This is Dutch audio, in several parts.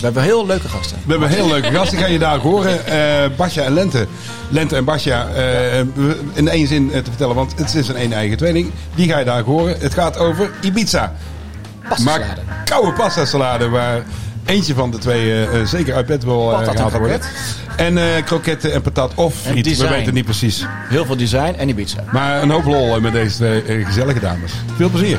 hebben heel leuke gasten. We hebben heel leuke gasten, ga je daar horen. Basja en Lente. Lente en Basja in één zin te vertellen, want het is een eigen tweeling. Die ga je daar horen. Het gaat over Ibiza. Pastasalade. Maar koude pasta salade, waar eentje van de twee zeker uit bed wil gehaald worden. En kroketten en patat of friet, we weten het niet precies. Heel veel design en Ibiza. Maar een hoop lol met deze twee gezellige dames. Veel plezier.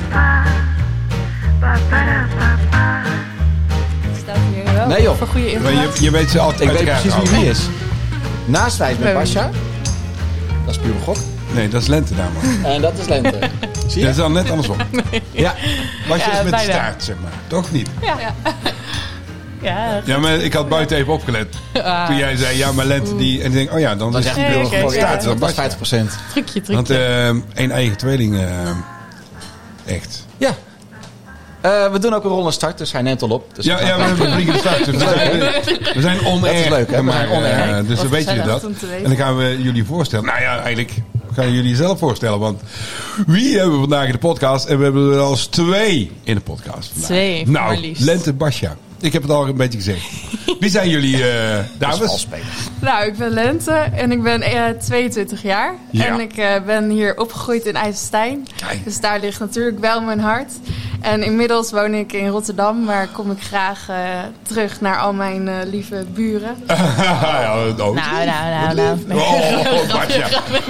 Staat hier wel Nee, joh. voor goede informatie. Je weet ze altijd. Ik weet precies wie is. Naast wij met Basja. Dat is puur gok. Nee, dat is Lente namelijk. En dat is Lente. Zie je? Dat is dan net andersom. Ja. Basja is met de bijna. staart, zeg maar. Toch niet? Ja. Ja, maar ik had buiten even opgelet. Toen jij zei, ja, maar Lente die... En ik denk, oh ja, dan is echt die een wel oké, gewoon ja. staart. Dan Dat is Basja. 50%. Trucje. Want één eigen tweeling, echt. Ja. We doen ook een ronde start, dus hij neemt al op. Dus Ja, we hebben een vliegende start. Dus we zijn on-air. Dat is leuk, hè? We zijn on-air. Dus dan weet je dat. om te weten. En dan gaan we jullie voorstellen. Nou ja, eigenlijk gaan we jullie zelf voorstellen. Want wie hebben we vandaag in de podcast? En we hebben er als 2 in de podcast vandaag. 2, Nou, maar liefst. Lente Basja. Ik heb het al een beetje gezegd. Wie zijn jullie dames? Nou, ik ben Lente en ik ben 22 jaar. Ja. En ik ben hier opgegroeid in IJsselstein. Kijk. Dus daar ligt natuurlijk wel mijn hart. En inmiddels woon ik in Rotterdam, maar kom ik graag terug naar al mijn lieve buren. Nou. Oh, Basja.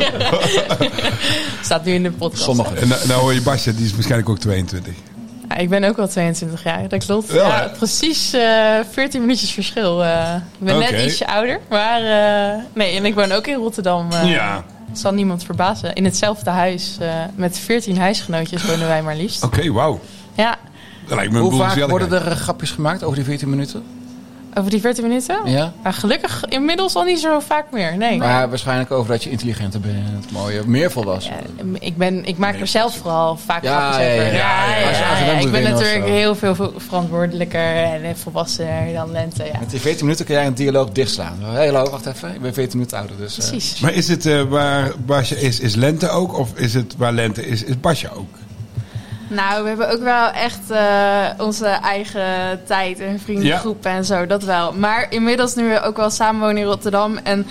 Staat nu in de podcast. Sommigen. En nou hoor je Basja, die is waarschijnlijk ook 22. Ja, ik ben ook al 22 jaar, dat klopt. Wel, Ja, hè? precies 14 minuutjes verschil. Ik ben Oké. net ietsje ouder. Maar nee, en ik woon ook in Rotterdam. Ja. Zal niemand verbazen. In hetzelfde huis. Met 14 huisgenootjes wonen wij maar liefst. Oké, wauw. Ja, Dat lijkt me een Hoe boel vaak gezelligheid. worden er grapjes gemaakt over die 14 minuten? over die 14 minuten? Ja. Maar gelukkig inmiddels al niet zo vaak meer. Nee. Maar waarschijnlijk over dat je intelligenter bent, mooier, meer volwassen. Ja, ik maak er zelf vooral vaak Ja, grapjes over. ja. Als je argument moet Ik ben winnen of natuurlijk zo. heel veel verantwoordelijker en volwassener dan Lente. Ja. Met die 14 minuten kun jij een dialoog dichtslaan. Hé, hallo, wacht even. Ik ben 14 minuten ouder. Dus, Precies. Maar is het waar Basja is Lente ook? Of is het waar Lente is Basja ook? Nou, we hebben ook wel echt onze eigen tijd en vriendengroepen en zo, dat wel. Maar inmiddels, nu we ook wel samenwonen in Rotterdam en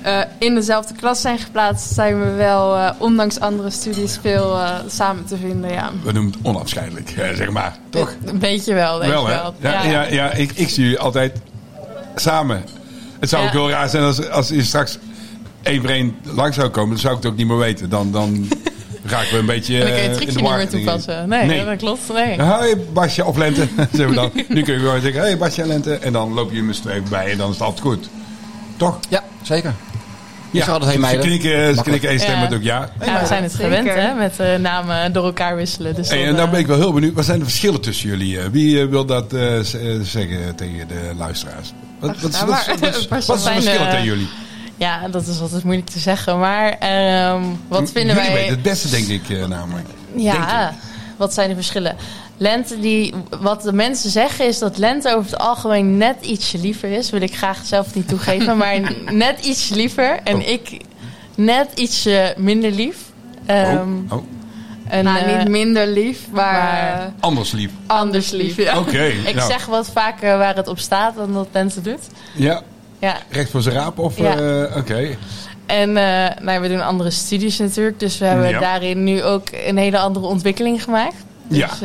in dezelfde klas zijn geplaatst, zijn we wel, ondanks andere studies, veel samen te vinden, ja. We noemen het onafscheidelijk, zeg maar. Toch? Een beetje wel, denk Wel, ik hè? wel. Ja, ik zie jullie altijd samen. Het zou ook heel raar zijn als je straks één voor één lang zou komen. Dan zou ik het ook niet meer weten. Dan raken we een beetje Dan kun je het in trucje de niet meer marketing. toepassen. Nee, dat klopt. Nee. Hoi Basja of Lente, zeggen we dan. Nu kun je gewoon zeggen, hey Basja en Lente. En dan loop je met z'n tweeën bij en dan is het altijd goed. Toch? Ja, zeker. Ja, zou altijd heen ze meiden. knikken één stem Ja. met ook ja. Ja, we zijn het zeker. gewend, hè, met namen door elkaar wisselen. Dus Hey, en dan ben ik wel heel benieuwd, wat zijn de verschillen tussen jullie? Wie wil dat zeggen tegen de luisteraars? Wat is de verschillen tegen jullie? Ja, dat is altijd moeilijk te zeggen. Maar wat vinden Jullie wij... weten het beste, denk ik namelijk. Denk Ja, ik. wat zijn de verschillen? Lente, wat de mensen zeggen is dat Lente over het algemeen net ietsje liever is. Wil ik graag zelf niet toegeven, maar net ietsje liever. En ik net ietsje minder lief. En, Nou, niet minder lief, maar Anders lief. anders lief, ja. Oké. ik nou, zeg wat vaker waar het op staat dan dat Lente doet. Ja, Ja. recht voor zijn raap of... Ja. Oké. En we doen andere studies natuurlijk. Dus we hebben daarin nu ook een hele andere ontwikkeling gemaakt. Ja, Dus,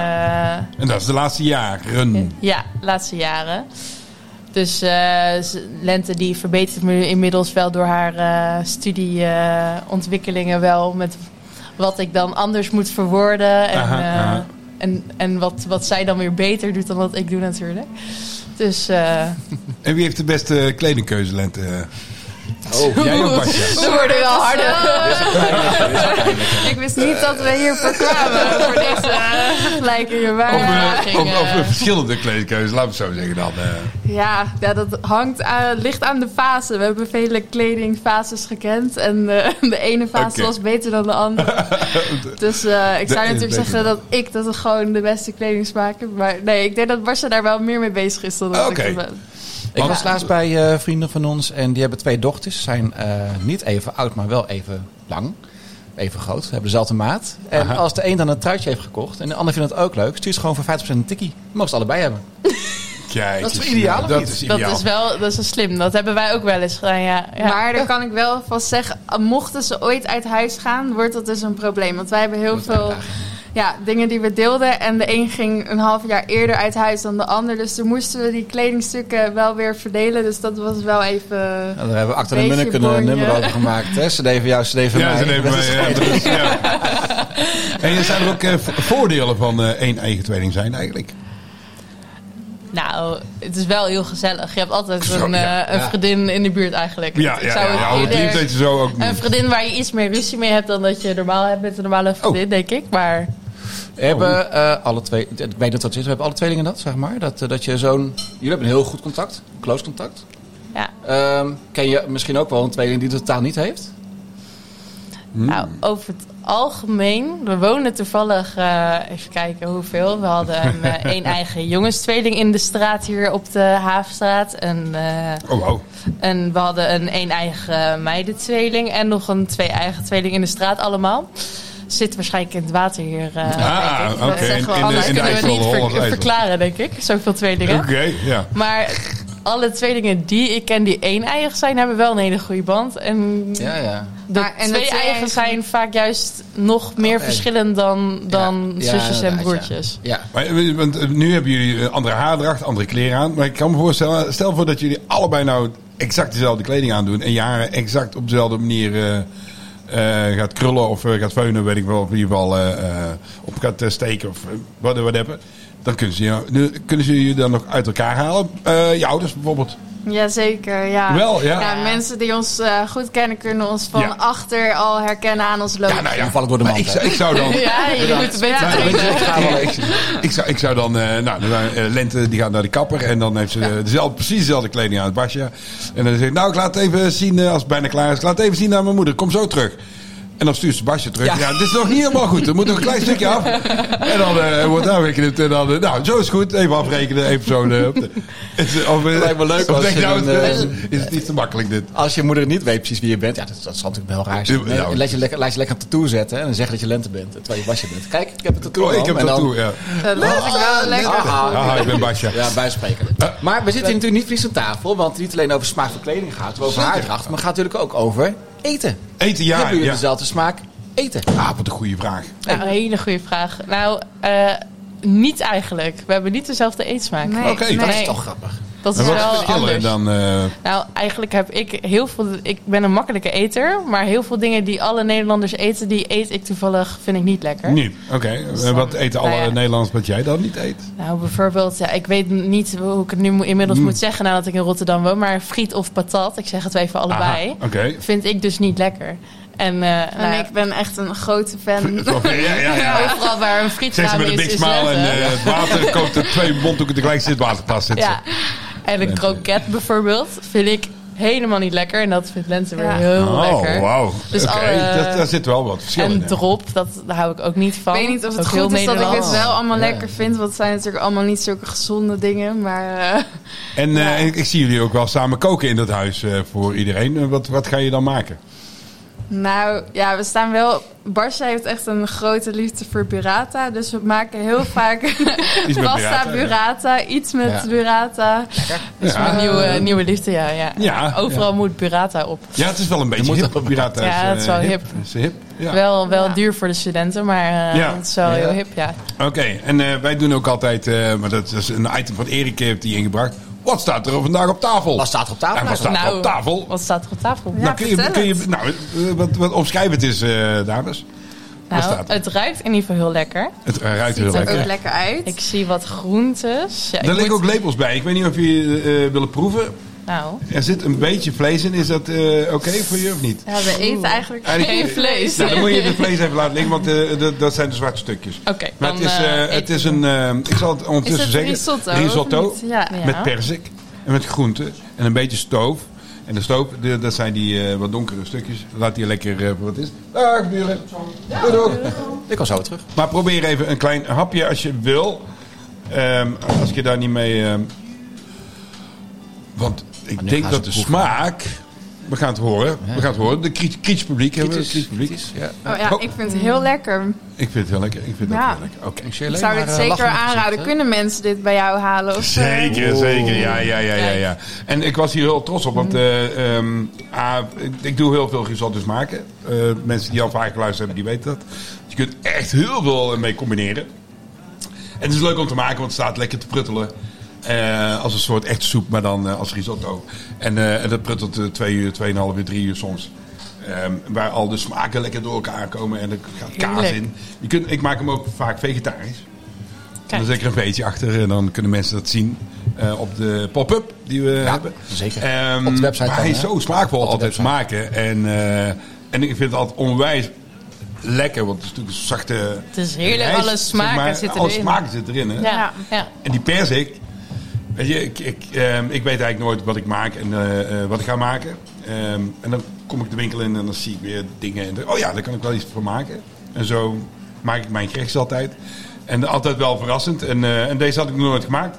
En dat is de laatste jaren. Ja, laatste jaren. Dus Lente die verbetert me inmiddels wel door haar studieontwikkelingen wel. Met wat ik dan anders moet verwoorden. En, Aha. en wat zij dan weer beter doet dan wat ik doe natuurlijk. Dus... En wie heeft de beste kledingkeuze, Lente? Jij ook, Basja? Ze worden wel harder. Ik wist niet dat we hiervoor kwamen, voor deze vergelijkingen. Of verschillende kledingkeuze, laten we het zo zeggen dan. Ja, dat ligt aan de fase. We hebben vele kledingfases gekend. En de ene fase was beter dan de andere. Dus ik zou natuurlijk zeggen dat ik gewoon de beste kledingsmaak heb. Maar nee, ik denk dat Basja daar wel meer mee bezig is dan dat ik dat ben. Ik was laatst bij vrienden van ons en die hebben 2 dochters. Ze zijn niet even oud, maar wel even lang. Even groot. Ze hebben dezelfde maat. En als de een dan een truitje heeft gekocht en de ander vindt het ook leuk, stuurt ze gewoon voor 50% een tikkie. Mogen ze allebei hebben. Kijk, Dat is wel ideaal, of dat niet? is ideaal. Dat is slim. Dat hebben wij ook wel eens gedaan, ja. Maar daar kan ik wel vast zeggen, mochten ze ooit uit huis gaan, wordt dat dus een probleem. Want wij hebben heel veel dingen die we deelden. En de een ging een half jaar eerder uit huis dan de ander. Dus toen moesten we die kledingstukken wel weer verdelen. Dus dat was wel even... Ja, daar hebben we Acta de Munnik een nummer over gemaakt. Hè? CD van jou, CD van mij. CD van mij. En zijn er ook voordelen van één eigen tweeling zijn eigenlijk? Nou, het is wel heel gezellig. Je hebt altijd een vriendin in de buurt eigenlijk. Ja, het liefst dat je zo ook een vriendin waar je iets meer ruzie mee hebt dan dat je normaal hebt met een normale vriendin, denk ik. Maar... Hebben alle twee, ik weet niet wat het is, we hebben alle tweelingen dat, zeg maar. Dat je jullie hebben een heel goed contact, close contact. Ja. Ken je misschien ook wel een tweeling die het totaal niet heeft? Nou, over het algemeen, we wonen toevallig, even kijken hoeveel. We hadden een eigen jongenstweeling in de straat hier op de Havenstraat. En we hadden een eigen meidentweeling en nog een 2 eigen tweeling in de straat allemaal. Zit waarschijnlijk in het water hier. Oké. Anders kunnen we het niet verklaren, denk ik. Zoveel tweelingen. Oké, ja. Maar alle tweelingen die ik ken die 1 eigen zijn, hebben wel een hele goede band. En de 2 eigen zijn vaak juist nog meer verschillend dan zusjes en broertjes. Ja. Want nu hebben jullie andere haardracht, andere kleren aan. Maar ik kan me voorstellen, stel voor dat jullie allebei nou exact dezelfde kleding aandoen. En je haren exact op dezelfde manier... gaat krullen of gaat veunen, weet ik wel. Of in ieder geval op gaat steken of whatever. Dan kunnen ze je dan nog uit elkaar halen. Je ouders bijvoorbeeld. Jazeker, ja. Wel, ja. Ja, mensen die ons goed kennen, kunnen ons van achter al herkennen aan ons lopen. Ja, vallen door de mand. Ik zou dan... Ja, je moet het beter Ik zou dan... Lente die gaat naar de kapper en dan heeft ze precies dezelfde kleding aan als Basja. En dan zegt ik laat even zien, als het bijna klaar is, laat even zien aan mijn moeder. Kom zo terug. En dan stuurt ze Basje terug. Ja, dit is nog niet helemaal goed. Er moet nog een klein stukje af. En dan wordt aanrekend. En dan, zo is goed. Even afrekenen. Even zo. Het lijkt me leuk als is het niet te makkelijk dit. Als je moeder niet weet precies wie je bent. Ja, dat zal natuurlijk wel raar zijn. Laat je lekker een tattoo zetten. En dan zeggen dat je Lente bent. Terwijl je Basje bent. Kijk, ik heb een tattoo. Ik heb een tattoo, ja. Dat leg ik wel lekker. Ik ben Basje. Ja, bijsprekend. Maar we zitten hier natuurlijk niet voor niets aan tafel. Want het niet alleen over smaak van kleding gaat. Over haardracht. Maar het gaat natuurlijk ook over... eten. Hebben jullie dezelfde smaak eten? Wat een goede vraag. Ja, een hele goede vraag. Nou, niet eigenlijk. We hebben niet dezelfde eetsmaak. Nee. Dat is toch grappig. Dat is wel anders. Dan, Nou, eigenlijk heb ik heel veel... Ik ben een makkelijke eter. Maar heel veel dingen die alle Nederlanders eten... die eet ik toevallig, vind ik niet lekker. Niet? Oké. Wat eten alle Nederlanders wat jij dan niet eet? Nou, bijvoorbeeld... Ja, ik weet niet hoe ik het nu inmiddels moet zeggen... nadat ik in Rotterdam woon. Maar friet of patat, ik zeg het even allebei... vind ik dus niet lekker. En ik ben echt een grote fan. Ja. Overal waar een frietkraam is, met een big smile en het water koopt er 2 mondhoeken tegelijk zit waterpas zitten. Ja. En een kroket bijvoorbeeld vind ik helemaal niet lekker. En dat vindt Lente weer heel lekker. Wauw. Dus daar zit wel wat verschil in. En drop, daar hou ik ook niet van. Ik weet niet of het goed is dat ik het wel allemaal lekker vind. Want het zijn natuurlijk allemaal niet zulke gezonde dingen. Maar, ik zie jullie ook wel samen koken in dat huis voor iedereen. Wat ga je dan maken? Nou, ja, we staan wel... Barsja heeft echt een grote liefde voor burrata. Dus we maken heel vaak pasta burrata. Iets met burrata. Dat is mijn nieuwe liefde, ja. Overal moet burrata op. Ja, het is wel een beetje hip. Burrata ja, het is wel hip. Is hip. Ja. Wel duur voor de studenten, maar het is wel heel hip, ja. Oké, en wij doen ook altijd... maar dat is een item van Erik heeft die ingebracht. Wat staat er vandaag op tafel? Wat staat er op tafel? Wat staat er op tafel? Wat staat er op tafel? Ja, wat omschrijf het eens, dames. Nou, het ruikt in ieder geval heel lekker. Het ruikt heel lekker. Het ziet er ook lekker uit. Ik zie wat groentes. Ja, er liggen ook lepels bij. Ik weet niet of jullie willen proeven. Nou. Er zit een beetje vlees in. Is dat oké voor je of niet? Ja, we eten eigenlijk geen vlees. Nou, dan moet je het vlees even laten liggen, want dat zijn de zwarte stukjes. Oké. Maar het is een... ik zal het ondertussen zeggen. Risotto met perzik en met groenten en een beetje stoof. En de stoof, dat zijn die wat donkere stukjes. Laat die lekker wat is. Dag buren. Doei. Ik kom zo terug. Maar probeer even een klein hapje als je wil. Als je daar niet mee... want ik denk dat de smaak We gaan het horen. Ja. We gaan het horen. De kritisch publiek. Kritisch publiek. Ja. Oh ja, ik vind het heel lekker. Ik vind het heel lekker. Ja. Heel lekker. Oké. Ik zou dit zeker aanraden. Kunnen mensen dit bij jou halen? Of, Zeker. Ja. En ik was hier heel trots op, want ik doe heel veel risotto's maken. Mensen die al vaak geluisterd hebben, die weten dat. Je kunt echt heel veel mee combineren. En het is leuk om te maken, want het staat lekker te pruttelen. Als een soort echte soep, maar dan als risotto. En dat pruttelt 2 uur, 2,5 uur, 3 uur soms. Waar al de smaken lekker door elkaar komen en er gaat kaas in. Ik maak hem ook vaak vegetarisch. En dan zet ik er een beetje achter en dan kunnen mensen dat zien op de pop-up die we hebben. Zeker. Op de website. Maar hij is zo smaakvol altijd te maken. En ik vind het altijd onwijs lekker, want het is natuurlijk een zachte... Het is heerlijk, alle smaken zitten erin. Alle smaken zitten erin, hè? Ja. En die persik, weet je, ik weet eigenlijk nooit wat ik maak en wat ik ga maken. En dan kom ik de winkel in en dan zie ik weer dingen. En oh ja, daar kan ik wel iets van maken. En zo maak ik mijn gerechtjes altijd. En altijd wel verrassend. En deze had ik nog nooit gemaakt.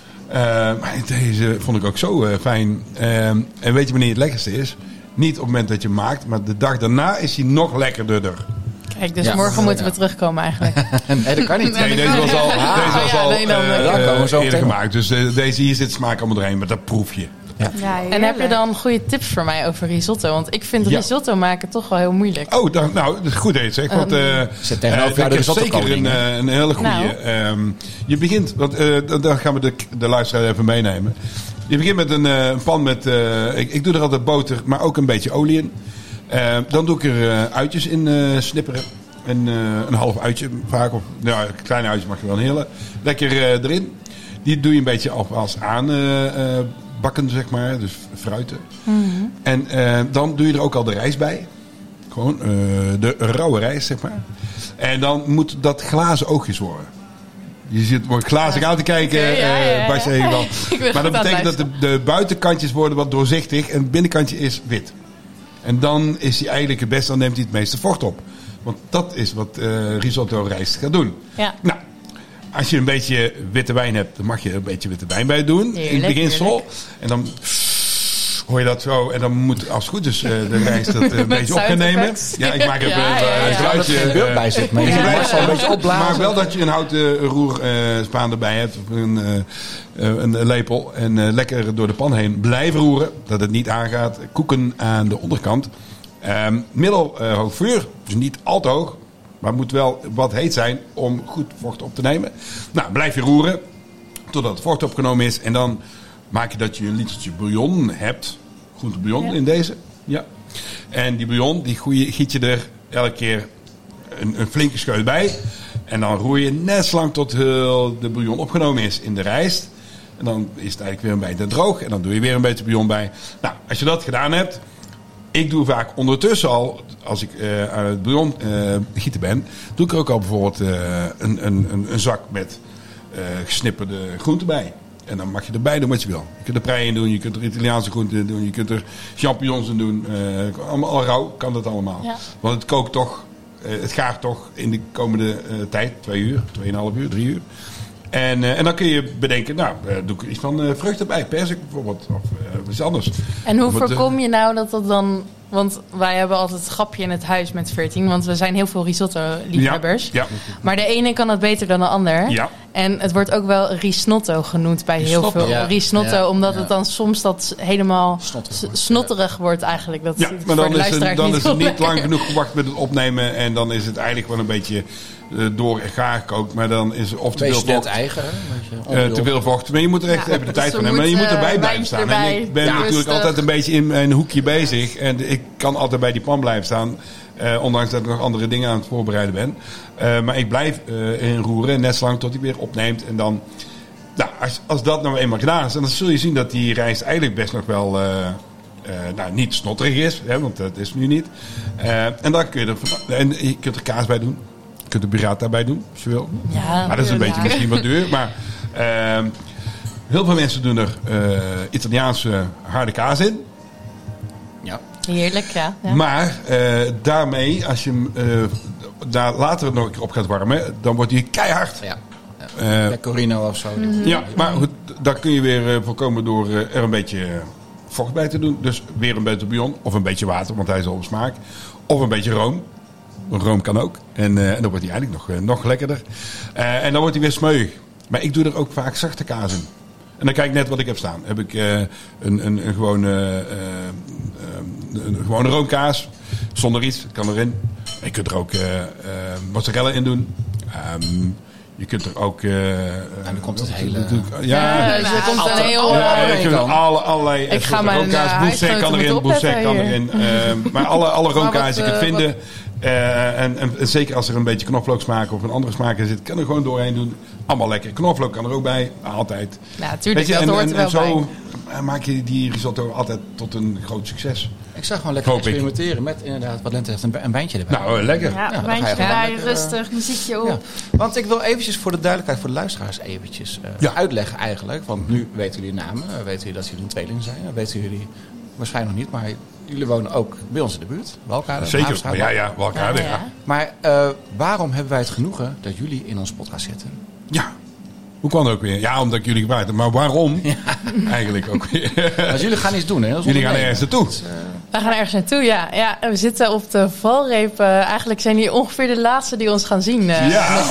Maar deze vond ik ook zo fijn. En weet je wanneer het lekkerste is? Niet op het moment dat je hem maakt, maar de dag daarna is hij nog lekkerder. Kijk, dus morgen moeten we terugkomen eigenlijk. Nee, dat kan niet. Nee, deze was al eerder gemaakt. Dus hier zit smaak allemaal doorheen, maar dat proef je. Ja, en heb je dan goede tips voor mij over risotto? Want ik vind risotto maken toch wel heel moeilijk. Oh, dat is goed deze. Want zit tegenover jou de risotto zeker een hele goede. Nou. Je begint, want dan gaan we de luisteraar even meenemen. Je begint met een pan met, ik doe er altijd boter, maar ook een beetje olie in. Dan doe ik er uitjes in snipperen. Een half uitje vaak. Of een klein uitje mag je wel een hele. Lekker erin. Die doe je een beetje als aanbakken, zeg maar. Dus fruiten. Mm-hmm. En dan doe je er ook al de rijst bij. Gewoon de rauwe rijst, zeg maar. En dan moet dat glazen oogjes worden. Je zit glazig aan te kijken, Basje wel. Maar dat betekent dat de buitenkantjes worden wat doorzichtig en het binnenkantje is wit. En dan is hij eigenlijk het beste, dan neemt hij het meeste vocht op. Want dat is wat risotto rijst gaat doen. Ja. Nou, als je een beetje witte wijn hebt, dan mag je er een beetje witte wijn bij doen. In het beginsel. En dan hoor je dat zo. En dan moet, als het goed is, de rijst dat een beetje op gaan nemen. Ja, ik maak even een geluidje. Er beeld bij zit, maar je blijft al een beetje opblazen. Maar wel dat je een houten roerspaan erbij hebt. Of een lepel. En lekker door de pan heen blijven roeren. Dat het niet aangaat. Koeken aan de onderkant. Middelhoog vuur. Dus niet al te hoog. Maar het moet wel wat heet zijn om goed vocht op te nemen. Nou, blijf je roeren. Totdat het vocht opgenomen is. En dan maak je dat je een litertje bouillon hebt. Groentebouillon in deze. Ja. En die bouillon, die giet je er elke keer een flinke scheut bij. En dan roer je net zo lang tot heel de bouillon opgenomen is in de rijst. En dan is het eigenlijk weer een beetje droog. En dan doe je weer een beetje bouillon bij. Nou, als je dat gedaan hebt. Ik doe vaak ondertussen al, als ik aan het bouillon gieten ben. Doe ik er ook al bijvoorbeeld een zak met gesnipperde groenten bij. En dan mag je erbij doen wat je wil. Je kunt er prei in doen, je kunt er Italiaanse groenten in doen, je kunt er champignons in doen. Allemaal rauw kan dat allemaal. Ja. Want het kookt toch, het gaart toch in de komende tijd, 2 uur, 2,5 uur, 3 uur. En dan kun je bedenken, nou, doe ik er iets van vruchten bij, persik bijvoorbeeld, of iets anders. En hoe voorkom je nou dat dan... Want wij hebben altijd het grapje in het huis met 14. Want we zijn heel veel risotto-liefhebbers. Ja. Maar de ene kan het beter dan de ander. Ja. En het wordt ook wel risnotto genoemd bij heel veel. Ja. Risnotto, omdat het dan soms dat helemaal snotterig wordt eigenlijk. Dat maar dan is het niet lang genoeg gewacht met het opnemen. En dan is het eigenlijk wel een beetje door en gaar gekookt. Maar dan is of te veel vocht. Te veel vocht. Maar je moet er echt even de tijd van hebben. Maar je moet erbij blijven staan. En ik ben natuurlijk altijd een beetje in mijn hoekje bezig. En ik kan altijd bij die pan blijven staan. Ondanks dat ik nog andere dingen aan het voorbereiden ben. Maar ik blijf inroeren. Net zolang tot hij weer opneemt. En dan, nou, als dat nou eenmaal gedaan is. Dan zul je zien dat die rijst eigenlijk best nog wel niet snotterig is. Hè, want dat is nu niet. En dan kun je kunt er kaas bij doen. Je kunt er burrata bij doen, als je wil. Ja, maar dat is een beetje misschien wat duur. Maar heel veel mensen doen er Italiaanse harde kaas in. Ja. Heerlijk, ja. Maar daarmee, als je hem daar later nog een keer op gaat warmen, dan wordt hij keihard. Ja. Pecorino of zo. Ja, maar goed, dat kun je weer voorkomen door er een beetje vocht bij te doen. Dus weer een beetje bouillon of een beetje water, want hij is al op smaak. Of een beetje room. Room kan ook. En dan wordt hij eigenlijk nog lekkerder. En dan wordt hij weer smeuig. Maar ik doe er ook vaak zachte kaas in. En dan kijk ik net wat ik heb staan. Heb ik een gewone roomkaas. Zonder iets. Kan erin. Je kunt er ook mozzarella in doen. Je kunt er ook... dan komt het hele... er komt een heel... je kunt allerlei... Ik ga mijn Boussé kan erin. Boussé kan erin. Maar alle roomkaas die je kunt vinden... En zeker als er een beetje knoflooksmaak of een andere smaak in zit, kan er gewoon doorheen doen. Allemaal lekker. Knoflook kan er ook bij, altijd. Ja, natuurlijk. Dat hoort er wel zo bij. Maak je die risotto altijd tot een groot succes. Ik zou gewoon lekker experimenteren met inderdaad wat Lente heeft, een wijntje erbij. Nou, lekker. Ja, een wijntje erbij, rustig, muziekje op. Ja. Want ik wil eventjes voor de duidelijkheid voor de luisteraars eventjes uitleggen eigenlijk. Want nu weten jullie namen, weten jullie dat jullie een tweeling zijn. Weten jullie waarschijnlijk nog niet, maar... Jullie wonen ook bij ons in de buurt, Walkade. Zeker, Walkade. Ja. Maar waarom hebben wij het genoegen dat jullie in onze podcast zitten? Ja, hoe kwam dat ook weer? Ja, omdat ik jullie gewaard heb. Maar waarom? Eigenlijk ook weer. Als jullie gaan iets doen, hè? Jullie gaan ergens naartoe. Wij gaan ergens naartoe, ja. We zitten op de valreep. Eigenlijk zijn die ongeveer de laatste die ons gaan zien. Dus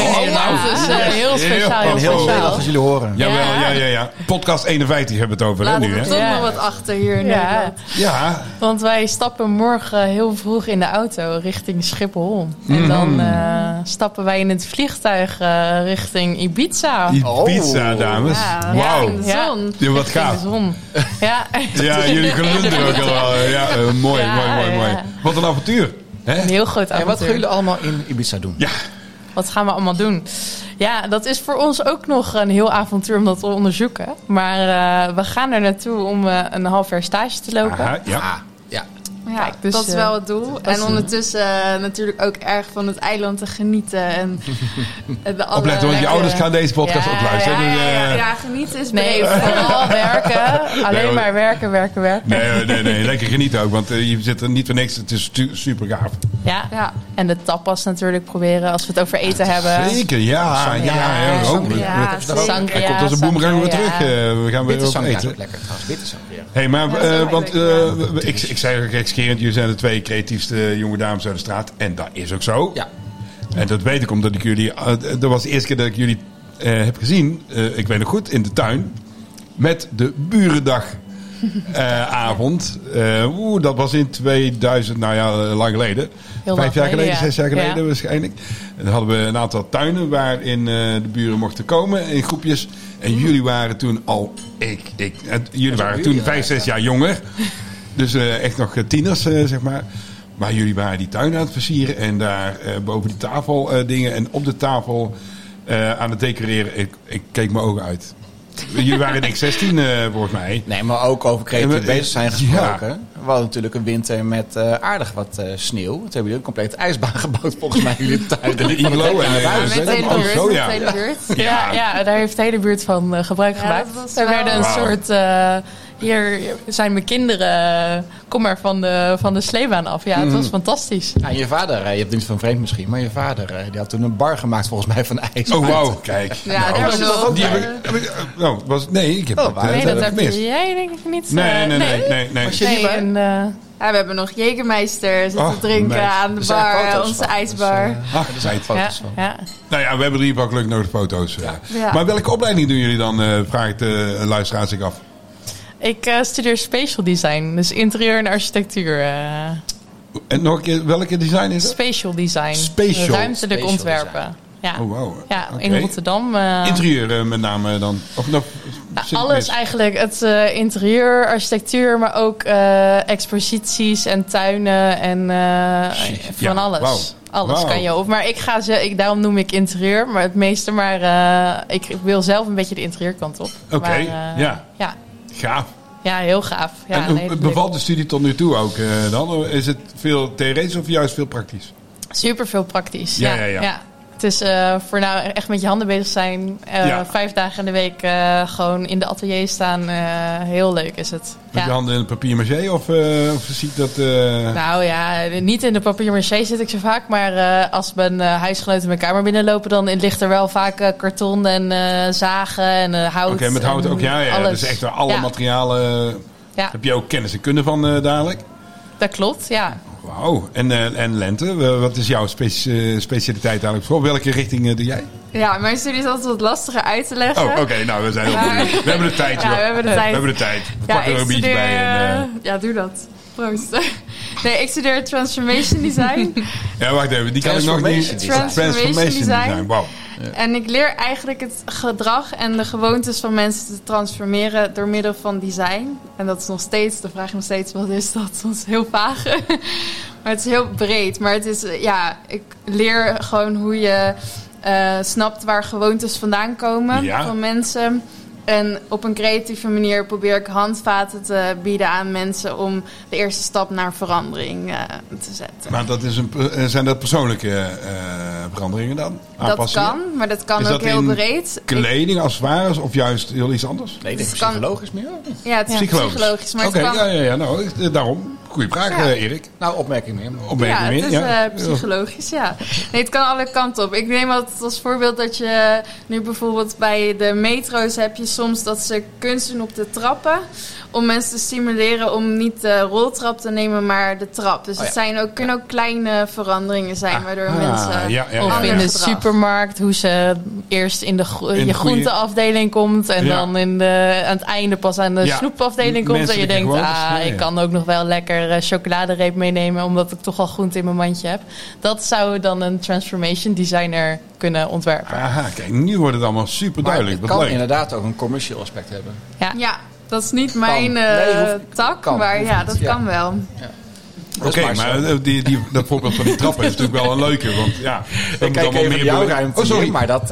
heel speciaal. Heel speciaal als jullie horen. Ja. Podcast 51 hebben we het over nu, hè? Laat er toch nog wat achter hier in Nederland. Ja. Want wij stappen morgen heel vroeg in de auto richting Schiphol. En dan stappen wij in het vliegtuig richting Ibiza. Ibiza, dames. Ja, wauw. in de zon. Ja, wat gaaf. In de zon. Ja, jullie glunderen ook al wel. Ja, mooi. Wat een avontuur. Hè? Een heel groot avontuur. En wat gaan jullie allemaal in Ibiza doen? Ja. Wat gaan we allemaal doen? Ja, dat is voor ons ook nog een heel avontuur om dat te onderzoeken. Maar we gaan er naartoe om een half jaar stage te lopen. Aha, ja. Ja, Kijk, dus, dat is wel het doel. En ondertussen natuurlijk ook erg van het eiland te genieten. En opletten, want je ouders gaan deze podcast ook luisteren. Ja, genieten is nee, vooral werken. Alleen maar werken. Nee, lekker genieten ook. Want je zit er niet voor niks. Het is super gaaf. Ja, en de tapas natuurlijk proberen als we het over eten hebben. Zeker, ja. Sangria. Hij komt als een boemerang weer terug. We gaan weer op eten. Ook lekker trouwens, witte sangria. Hey, maar want ik zei ook gekscherend, jullie zijn de twee creatiefste jonge dames uit de straat. En dat is ook zo. Ja. En dat weet ik omdat ik jullie... dat was de eerste keer dat ik jullie heb gezien. Ik weet nog goed, in de tuin. Met de Burendag-avond. Dat was in 2000, lang geleden. Heel 5 jaar geleden, 6 jaar geleden waarschijnlijk. En dan hadden we een aantal tuinen waarin de buren mochten komen in groepjes. En jullie waren toen al... jullie waren toen 5, 6 jaar jonger. Dus echt nog tieners, zeg maar. Maar jullie waren die tuin aan het versieren. En daar boven die tafel dingen. En op de tafel aan het decoreren. Ik keek mijn ogen uit. Jullie waren denk ik 16 volgens mij. Nee, maar ook over creatief bezig zijn gesproken. Ja. We hadden natuurlijk een winter met aardig wat sneeuw. Toen hebben jullie een complete ijsbaan gebouwd volgens mij in jullie tuin. De iglo en de hele buurt. Ja, daar heeft de hele buurt van gebruik gemaakt. Er werden een soort... hier zijn mijn kinderen, kom maar van de sleebaan af. Ja, het was fantastisch. Ja, je vader, je hebt niet van vreemd misschien, maar je vader die had toen een bar gemaakt volgens mij van ijs. Oh, wauw, kijk. Ja, daar was nog ook. Nee, ik heb dat heb jij denk ik niet. Nee. Was je niet bij een... Ja, we hebben nog Jägermeister zitten drinken aan de bar, onze ijsbar. Er zijn foto's van. Ja. Nou ja, we hebben er hier gelukkig nog de foto's. Ja. Maar welke opleiding doen jullie dan, vraagt de luisteraar zich af. Ik studeer spatial design, dus interieur en architectuur. En nog een keer, welke design is het? Spatial design. Ruimtelijk ontwerpen. Ja. Oh, wow. Ja, in Rotterdam. Interieur met name dan? Of alles eigenlijk. Het interieur, architectuur, maar ook exposities en tuinen en van alles. Wow. Alles kan je op. Maar daarom noem ik interieur, maar het meeste. Maar ik wil zelf een beetje de interieurkant op. Oké, ja. Gaaf. Ja, heel gaaf. Ja, en bevalt de studie tot nu toe ook dan? Is het veel theoretisch of juist veel praktisch? Super veel praktisch. Ja. Het is voor nou echt met je handen bezig zijn. 5 dagen in de week gewoon in de atelier staan. Heel leuk is het. Met je handen in het papier-maché of zie ik dat... Nou ja, niet in de papier-maché zit ik zo vaak. Maar als mijn huisgenoten mijn kamer binnenlopen... dan ligt er wel vaak karton en zagen en hout. Oké, met hout ook. Ja. Dus echt alle materialen... Ja. Heb je ook kennis en kunde van dadelijk? Dat klopt, ja. Wauw. En Lente, wat is jouw specialiteit eigenlijk? Voor welke richting doe jij? Ja, mijn studie is altijd wat lastiger uit te leggen. Oh, oké. Nou, we hebben de tijd. Ja, we hebben de tijd. We pakken er een biertje bij. Ja, doe dat. Proost. Nee, ik studeer Transformation Design. Ja, wacht even. Die kan ik nog niet. Transformation Design. Wauw. Ja. En ik leer eigenlijk het gedrag en de gewoontes van mensen te transformeren door middel van design. En dat is nog steeds, de vraag is nog steeds, wat is dat? Dat is heel vaag. Maar het is heel breed. Maar het is, ik leer gewoon hoe je snapt waar gewoontes vandaan komen van mensen. En op een creatieve manier probeer ik handvaten te bieden aan mensen om de eerste stap naar verandering te zetten. Maar dat is zijn dat persoonlijke veranderingen dan? Aanpassingen? Dat kan, maar dat kan ook heel breed. Kleding, accessoires of juist heel iets anders? Nee, dit is psychologisch meer. Ja, het is psychologisch. Maar Oké, nou, daarom. Goeie vraag, Erik. Nou, opmerking meer. Het is psychologisch, ja. Nee, het kan alle kanten op. Ik neem altijd als voorbeeld dat je nu bijvoorbeeld bij de metro's heb je soms dat ze kunst doen op de trappen. Om mensen te stimuleren om niet de roltrap te nemen, maar de trap. Dus het kunnen ook kleine veranderingen zijn, waardoor mensen... Of in de supermarkt, hoe ze eerst in de groenteafdeling komt en dan aan het einde pas aan de snoepafdeling komt. En je denkt, ik kan ook nog wel lekker chocoladereep meenemen, omdat ik toch al groente in mijn mandje heb. Dat zou dan een transformation designer kunnen ontwerpen. Aha, kijk, nu wordt het allemaal super duidelijk. Het kan inderdaad ook een commercieel aspect hebben. Ja. Dat is niet mijn tak, maar dat kan wel. Ja. Oké, maar dat voorbeeld van die trappen is natuurlijk wel een leuke. Want ik kijk even in jouw ruimte, maar dat...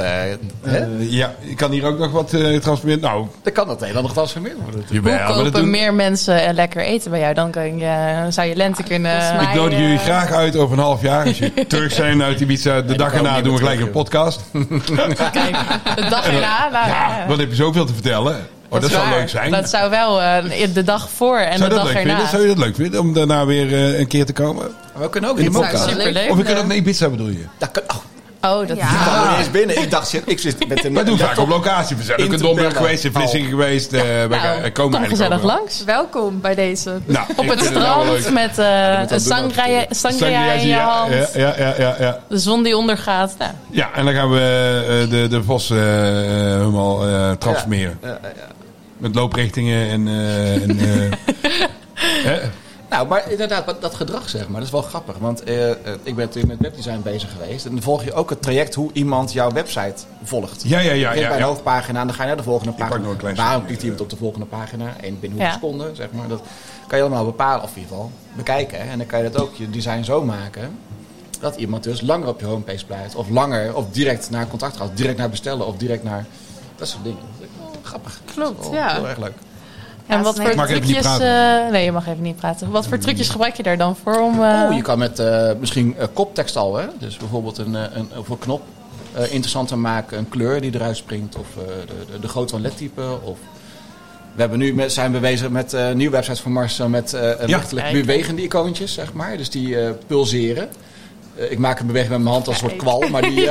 je kan hier ook nog wat transformeren. Nou, dan kan dat helemaal nog transformeren worden. Hoe kopen meer mensen lekker eten bij jou? Dan zou je Lente kunnen... Ik nodig jullie graag uit over een half jaar. Als je terug zijn uit Ibiza, de dag erna doen we gelijk een podcast. Kijk, de dag erna... Wat heb je zoveel te vertellen? Dat zou leuk zijn. Dat zou wel de dag voor en de dag erna. Zou je dat leuk vinden om daarna weer een keer te komen? We kunnen ook in de podcast. Of we kunnen ook naar Ibiza, bedoel je? Dat kan. Oh, dat kan niet eens binnen. Ik dacht, ik zit met een... We doen vaak op locatie. We zijn ook in Domburg geweest, in Vlissingen geweest. Kom gezellig langs. Welkom bij deze. Nou, op het strand met een sangria in je hand. Ja. De zon die ondergaat. Nou. Ja, en dan gaan we de vos helemaal transformeren. Ja. Met looprichtingen en Nou, maar inderdaad, dat gedrag zeg maar, dat is wel grappig. Want ik ben natuurlijk met webdesign bezig geweest. En dan volg je ook het traject hoe iemand jouw website volgt. Ja. Je begint bij een hoofdpagina en dan ga je naar de volgende pagina. Waarom klikt iemand op de volgende pagina? En binnen hoeveel seconden, zeg maar. Dat kan je allemaal bepalen, of in ieder geval bekijken. En dan kan je dat ook je design zo maken dat iemand dus langer op je homepage blijft. Of langer, of direct naar contact gaat. Direct naar bestellen, of direct naar dat soort dingen. Grappig. Klopt, heel erg leuk. En wat voor trucjes... nee, je mag even niet praten. Wat voor trucjes gebruik je daar dan voor? Je kan met misschien koptekst al. Hè? Dus bijvoorbeeld een knop interessanter maken. Een kleur die eruit springt. Of de grootte van ledtype. Of... zijn we bezig met een nieuwe website van Marcel. Met lichtelijk bewegende icoontjes, zeg maar. Dus die pulseren. Ik maak een beweging met mijn hand als een soort kwal, maar die...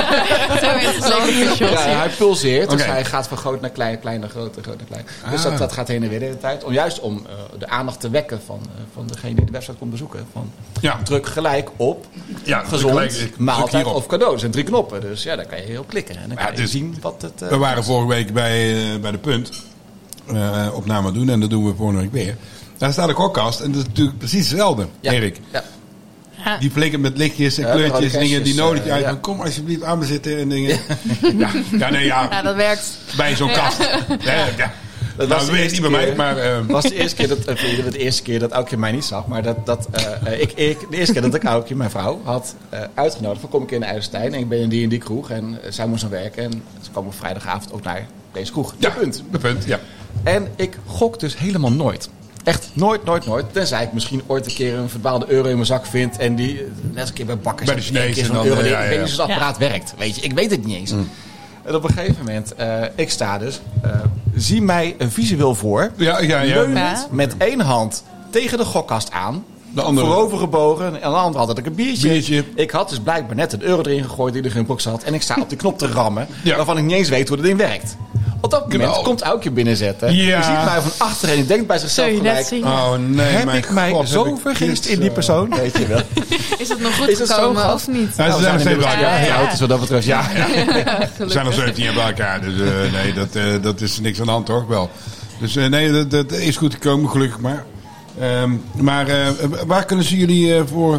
hij pulseert, dus hij gaat van groot naar klein, klein naar groot, groot naar klein. Dus dat gaat heen en weer de hele tijd. Juist om de aandacht te wekken van degene die de website komt bezoeken. Druk gelijk op gezond, maaltijd of cadeau. Dat zijn 3 knoppen, dus dan kan je heel klikken. En dan kan je zien wat het... we waren vorige week bij de Punt opname doen en dat doen we volgende week weer. Daar staat een kokkast en dat is natuurlijk precies hetzelfde, Erik. Ja. Die flikken met lichtjes en kleurtjes en dingen die nodig je uit. Van, kom alsjeblieft aan me zitten en dingen. Ja, dat werkt. Bij zo'n kast. Dat was weet niet bij mij, maar... was de eerste keer dat Aukje mij niet zag. Maar de eerste keer dat ik Aukje, mijn vrouw, had uitgenodigd. Van kom ik in de IJsselstein en ik ben in die kroeg. En zij moest aan werken. En ze kwam op vrijdagavond ook naar deze kroeg. De Punt, ja. En ik gok dus helemaal nooit. Echt nooit. Tenzij ik misschien ooit een keer een verdwaalde euro in mijn zak vind. En die net een keer bij bakkers. Bij de Chinezen. Ik weet niet hoe zo'n apparaat werkt. Weet je, ik weet het niet eens. En op een gegeven moment, ik sta dus. Zie mij visueel voor. Leunend met 1 hand tegen de gokkast aan. De andere. Voorovergebogen. En aan de andere hand had ik een biertje. Ik had dus blijkbaar net een euro erin gegooid die er geen box had. En ik sta op de knop te rammen. Waarvan ik niet eens weet hoe dat ding werkt. op dat moment komt Aukje binnenzetten. Ja. Je ziet mij van achteren en die denkt bij zichzelf gelijk... Oh nee, heb ik mij zo vergist in die persoon? Weet je wel. Is het nog goed gekomen of niet? Ja, ze zijn nog steeds bij elkaar. Ja, het is wat dat betreft. Ja. Ze zijn nog 17 jaar bij elkaar. Dus nee, dat is niks aan de hand, toch? Wel. Dus nee, dat is goed gekomen, gelukkig maar. Maar waar kunnen ze jullie voor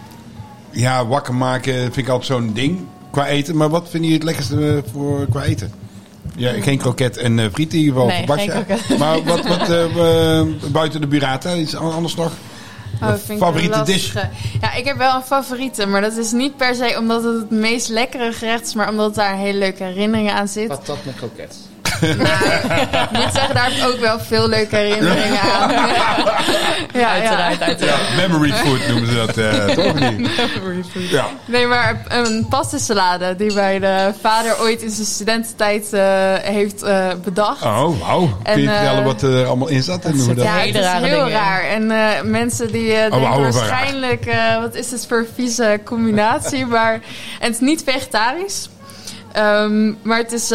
wakker maken? Vind ik altijd zo'n ding qua eten. Maar wat vinden jullie het lekkerste qua eten? Ja, geen kroket en friet in ieder geval. Nee, geen kroket. Maar wat buiten de burrata? Iets anders nog? Favoriete dish? Ja, ik heb wel een favoriete. Maar dat is niet per se omdat het meest lekkere gerecht is. Maar omdat daar hele leuke herinneringen aan zitten. Patat met kroket. Nou, ik moet zeggen, daar heb ik ook wel veel leuke herinneringen aan. Uiteraard. Memory food noemen ze dat, toch niet? Memory food. Ja. Nee, maar een pastasalade die mijn vader ooit in zijn studententijd heeft bedacht. Oh, wauw. Kun je vertellen wat er allemaal in zat? En hoe dat... Ja, het is heel raar. En mensen die denken waarschijnlijk, wat is dit voor een vieze combinatie? En het is niet vegetarisch. Maar het is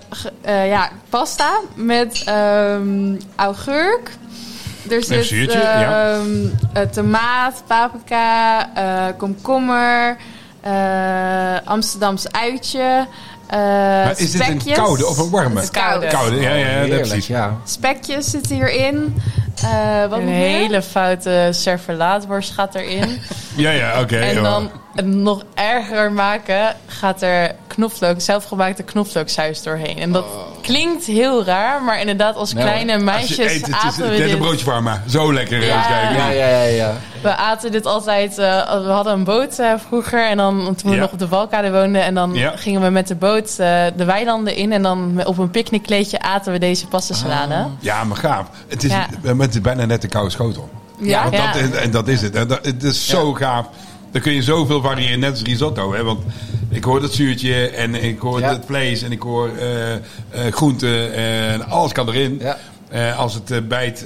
pasta met augurk. Er zit zuurtje, tomaat, paprika, komkommer, Amsterdamse uitje. Maar is dit een koude of een warme? Het is koude. Ja, precies. Ja. Spekjes zitten hierin. Wat een hele foute servelaatworst gaat erin. Ja, oké. En dan het nog erger maken, gaat er zelfgemaakte knoflooksaus doorheen. En dat klinkt heel raar, maar inderdaad als kleine meisjes aten we dit. Het broodje warma. Zo lekker. Ja. We aten dit altijd. We hadden een boot vroeger. En dan toen we nog op de Valkade woonden. En dan gingen we met de boot de weilanden in. En dan op een picknickkleedje aten we deze pastasalade. Ja, maar gaaf. Het is bijna net een koude schotel. Ja. En dat is het. Het is zo gaaf. Dan kun je zoveel variëren, net als risotto. Hè? Want ik hoor dat zuurtje en ik hoor het vlees en ik hoor groenten en alles kan erin. Ja. Als het bijt,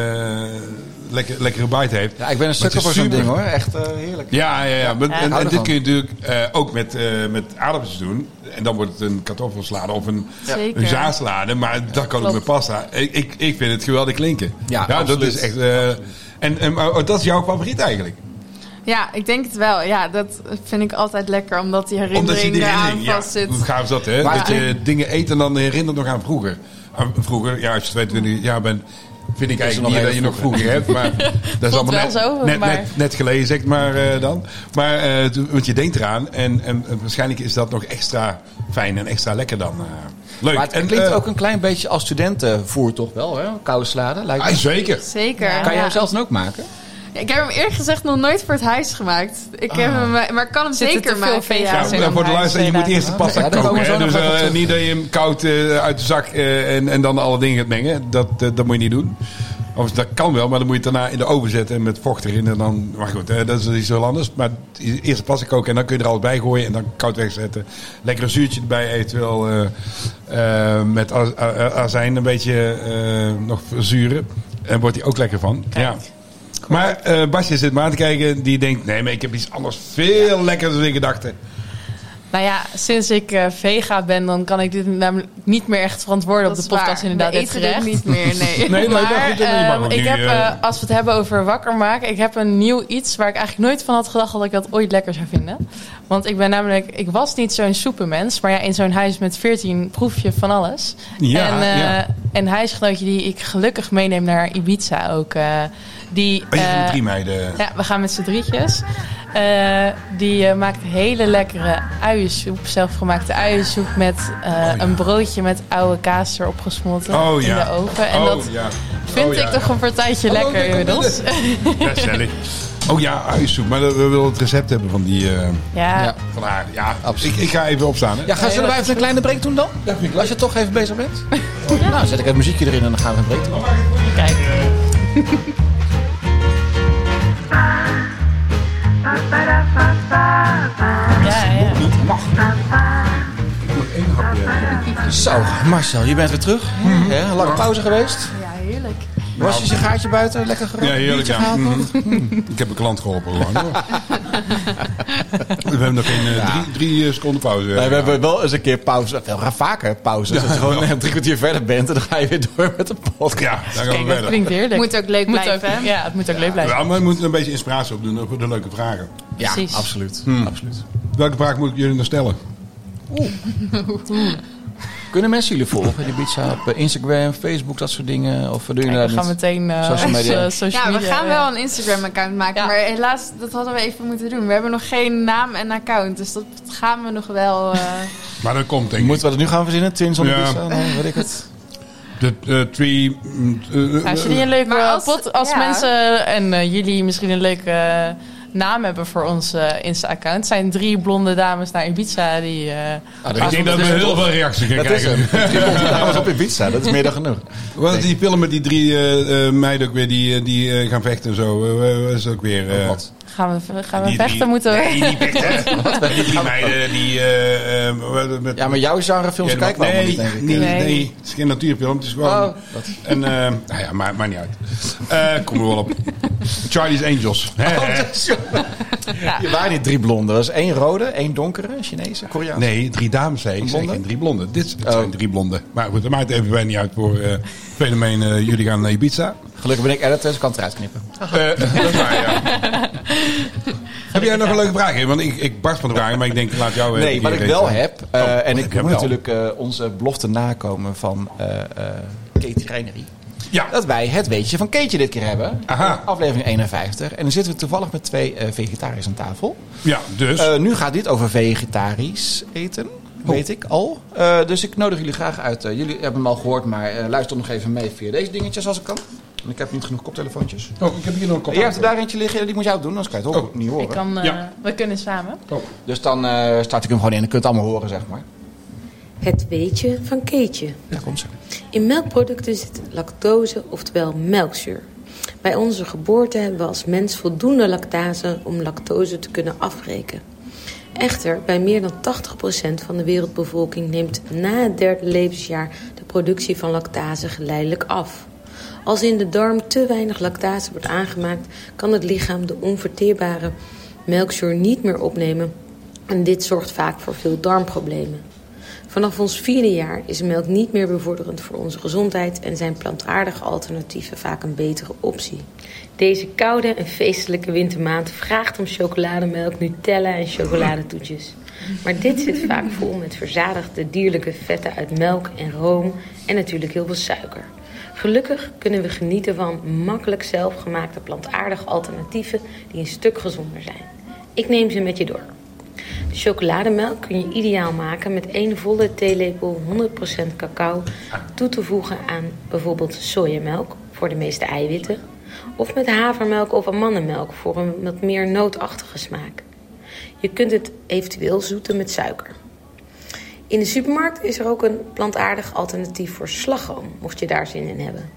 lekkere bite heeft. Ja, ik ben een sukker voor zo'n ding hoor. Echt heerlijk. Ja. En dit kun je natuurlijk ook met aardappels doen. En dan wordt het een kartoffelsalade of een zaadsalade. Maar dat kan ook met pasta. Ik vind het geweldig klinken. Ja, dat is echt... dat is jouw favoriet eigenlijk? Ja, ik denk het wel. Ja, dat vind ik altijd lekker, omdat die herinnering eraan vast zit. Hoe gaaf is dat, hè? Dat je dingen eet en dan herinnert nog aan vroeger. Vroeger, als je 22 jaar bent, vind ik eigenlijk niet dat je nog vroeger hebt. Maar dat is allemaal net geleden, zeg maar dan. Maar want je denkt eraan en waarschijnlijk is dat nog extra fijn en extra lekker dan. Leuk. Maar het klinkt ook een klein beetje als studentenvoer toch wel, hè? Koude salade. Lijkt me. Zeker. Kan jij hem zelf dan ook maken? Ik heb hem eerlijk gezegd nog nooit voor het huis gemaakt. Ik heb hem, maar ik kan hem zeker maken. Voor de luisteraar, je moet eerst de pasta koken. Dus niet dat je hem koud uit de zak en dan alle dingen gaat mengen. Dat moet je niet doen. Of dat kan wel, maar dan moet je het daarna in de oven zetten met vocht erin. En dan, maar goed, dat is iets heel anders. Maar eerst de pasta koken en dan kun je er alles bij gooien en dan koud wegzetten. Lekker een zuurtje erbij, eventueel met azijn een beetje nog verzuren. En wordt hij ook lekker van. Kijk. Ja. Maar Basje zit maar aan te kijken. Die denkt, nee, maar ik heb iets anders veel lekkerder dan ik dacht. Nou ja, sinds ik vega ben, dan kan ik dit namelijk niet meer echt verantwoorden op de podcast. Inderdaad, we eten dit niet meer, nee. Maar ik heb, als we het hebben over wakker maken, ik heb een nieuw iets waar ik eigenlijk nooit van had gedacht dat ik dat ooit lekker zou vinden. Want ik was niet zo'n soepenmens, maar ja, in zo'n huis met 14 proef je van alles. En huisgenootje die ik gelukkig meeneem naar Ibiza ook. Die, drie meiden. Ja, we gaan met z'n drietjes. Die maakt hele lekkere uiensoep. Zelfgemaakte uiensoep met een broodje met oude kaas erop gesmolten in de oven. En dat vind ik toch een partijtje lekker inmiddels. Ja, Sally. Oh ja, uiensoep. Maar we willen het recept hebben van die... van haar. Ja, absoluut. Ik ga even opstaan. Hè? Ja, zullen wij even een kleine break doen dan? Ja, vind ik als je toch even bezig bent. Nou, zet ik het muziekje erin en dan gaan we een break doen. Kijk. Ja. Mag. Nog één hapje. Zo, Marcel, je bent weer terug. Een lange pauze geweest. Ja, heerlijk. Was je sigaartje buiten? Lekker gerookt? Ja, heerlijk. Biertje Ja. gehaald? Ik heb een klant geholpen gewoon. Hoor. We hebben nog geen 3 seconden pauze. Nee, we hebben wel eens een keer pauze. Wel vaker pauze. Als je gewoon 3 kwartier verder bent en dan ga je weer door met de podcast. Ja, daar gaan we Kijk, dat verder. klinkt heerlijk. Moet ook leuk blijven, hè? Ja, het moet ook leuk blijven. Ja, maar we moeten een beetje inspiratie opdoen voor de leuke vragen. Ja, Precies. absoluut. absoluut. Welke vraag moet ik jullie nog stellen? Kunnen mensen jullie volgen in Ibiza op Instagram, Facebook, dat soort dingen? Of doen jullie Kijk, dat we gaan niet? meteen Social media. social Ja, we media, gaan wel een Instagram-account maken. Ja. Maar helaas, dat hadden we even moeten doen. We hebben nog geen naam en account. Dus dat gaan we nog wel... Maar dat komt denk ik. Moeten we dat nu gaan verzinnen? Twins on Ja. Ibiza? Nee, weet ik het. De tree... Als jullie een leuke Maar als ja. mensen en jullie misschien een leuke naam hebben voor ons Insta-account. Het zijn 3 blonde dames naar Ibiza die... ik denk dat we heel veel reacties gaan Dat is krijgen. hem. 300 dames op Ibiza, dat is meer dan genoeg. Wat is die film met die 3 meiden ook weer die gaan vechten en zo? Wat is het ook weer? Wat? Gaan we Die vechten? Moeten we... Nee, niet vechten. Die 3 meiden die... met, Ja, maar jouw genrefilms Ja, kijken we allemaal niet, denk ik. nee, het is geen natuurfilm. Het is gewoon... Oh, en, nou ja, maakt niet uit. Kom er wel op. Charlie's Angels. Je waren niet 3 blonde. Er was 1 rode, 1 donkere, Chinese, Koreaanse. Nee, 3 dames zei ik. Ik zei Blonde? geen 3 blonden. Dit zijn 3 blonden. Maar goed, dat maakt even bij niet uit voor fenomeen. Jullie gaan naar Ibiza. Gelukkig ben ik editor, dus ik kan het eruit knippen. Dat is waar, ja. Heb jij nog een leuke vraag? Want ik barst van de vragen, maar ik denk, laat jou Nee, wat ik wel heb, en ik heb moet wel. natuurlijk onze belofte nakomen van Katie Reinery. Ja. Dat wij het weetje van Keetje dit keer hebben. Aha. Aflevering 51. En dan zitten we toevallig met 2 vegetariërs aan tafel. Ja, dus. Nu gaat dit over vegetarisch eten. Weet ik al. Dus ik nodig jullie graag uit. Jullie hebben hem al gehoord, maar luister nog even mee via deze dingetjes als ik kan. Want ik heb niet genoeg koptelefoontjes. Ik heb hier nog een kop. Jij hebt er daar eentje liggen, die moet jou doen, anders kan je het ook niet horen. Ik kan, Ja. We kunnen samen. Dus dan start ik hem gewoon in en dan kunt het allemaal horen, zeg maar. Het weetje van Keetje. Daar komt ze. In melkproducten zit lactose, oftewel melkzuur. Bij onze geboorte hebben we als mens voldoende lactase om lactose te kunnen afbreken. Echter, bij meer dan 80% van de wereldbevolking neemt na het 3e levensjaar de productie van lactase geleidelijk af. Als in de darm te weinig lactase wordt aangemaakt, kan het lichaam de onverteerbare melkzuur niet meer opnemen en dit zorgt vaak voor veel darmproblemen. Vanaf ons 4e jaar is melk niet meer bevorderend voor onze gezondheid en zijn plantaardige alternatieven vaak een betere optie. Deze koude en feestelijke wintermaand vraagt om chocolademelk, Nutella en chocoladetoetjes. Maar dit zit vaak vol met verzadigde dierlijke vetten uit melk en room en natuurlijk heel veel suiker. Gelukkig kunnen we genieten van makkelijk zelfgemaakte plantaardige alternatieven die een stuk gezonder zijn. Ik neem ze met je door. De chocolademelk kun je ideaal maken met 1 volle theelepel 100% cacao toe te voegen aan bijvoorbeeld sojamelk voor de meeste eiwitten of met havermelk of amandelmelk voor een wat meer nootachtige smaak. Je kunt het eventueel zoeten met suiker. In de supermarkt is er ook een plantaardig alternatief voor slagroom, mocht je daar zin in hebben.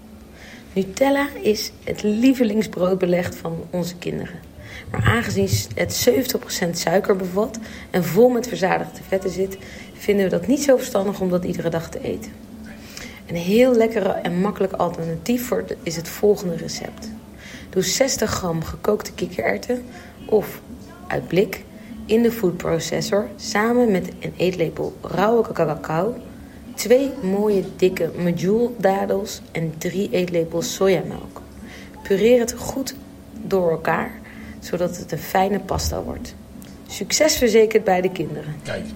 Nutella is het lievelingsbroodbeleg van onze kinderen. Maar aangezien het 70% suiker bevat en vol met verzadigde vetten zit, vinden we dat niet zo verstandig om dat iedere dag te eten. Een heel lekkere en makkelijk alternatief is het volgende recept. Doe 60 gram gekookte kikkererwten of uit blik in de foodprocessor samen met een eetlepel rauwe cacao, 2 mooie dikke medjool-dadels en 3 eetlepels sojamelk. Pureer het goed door elkaar, zodat het een fijne pasta wordt. Succes verzekerd bij de kinderen. Kijk.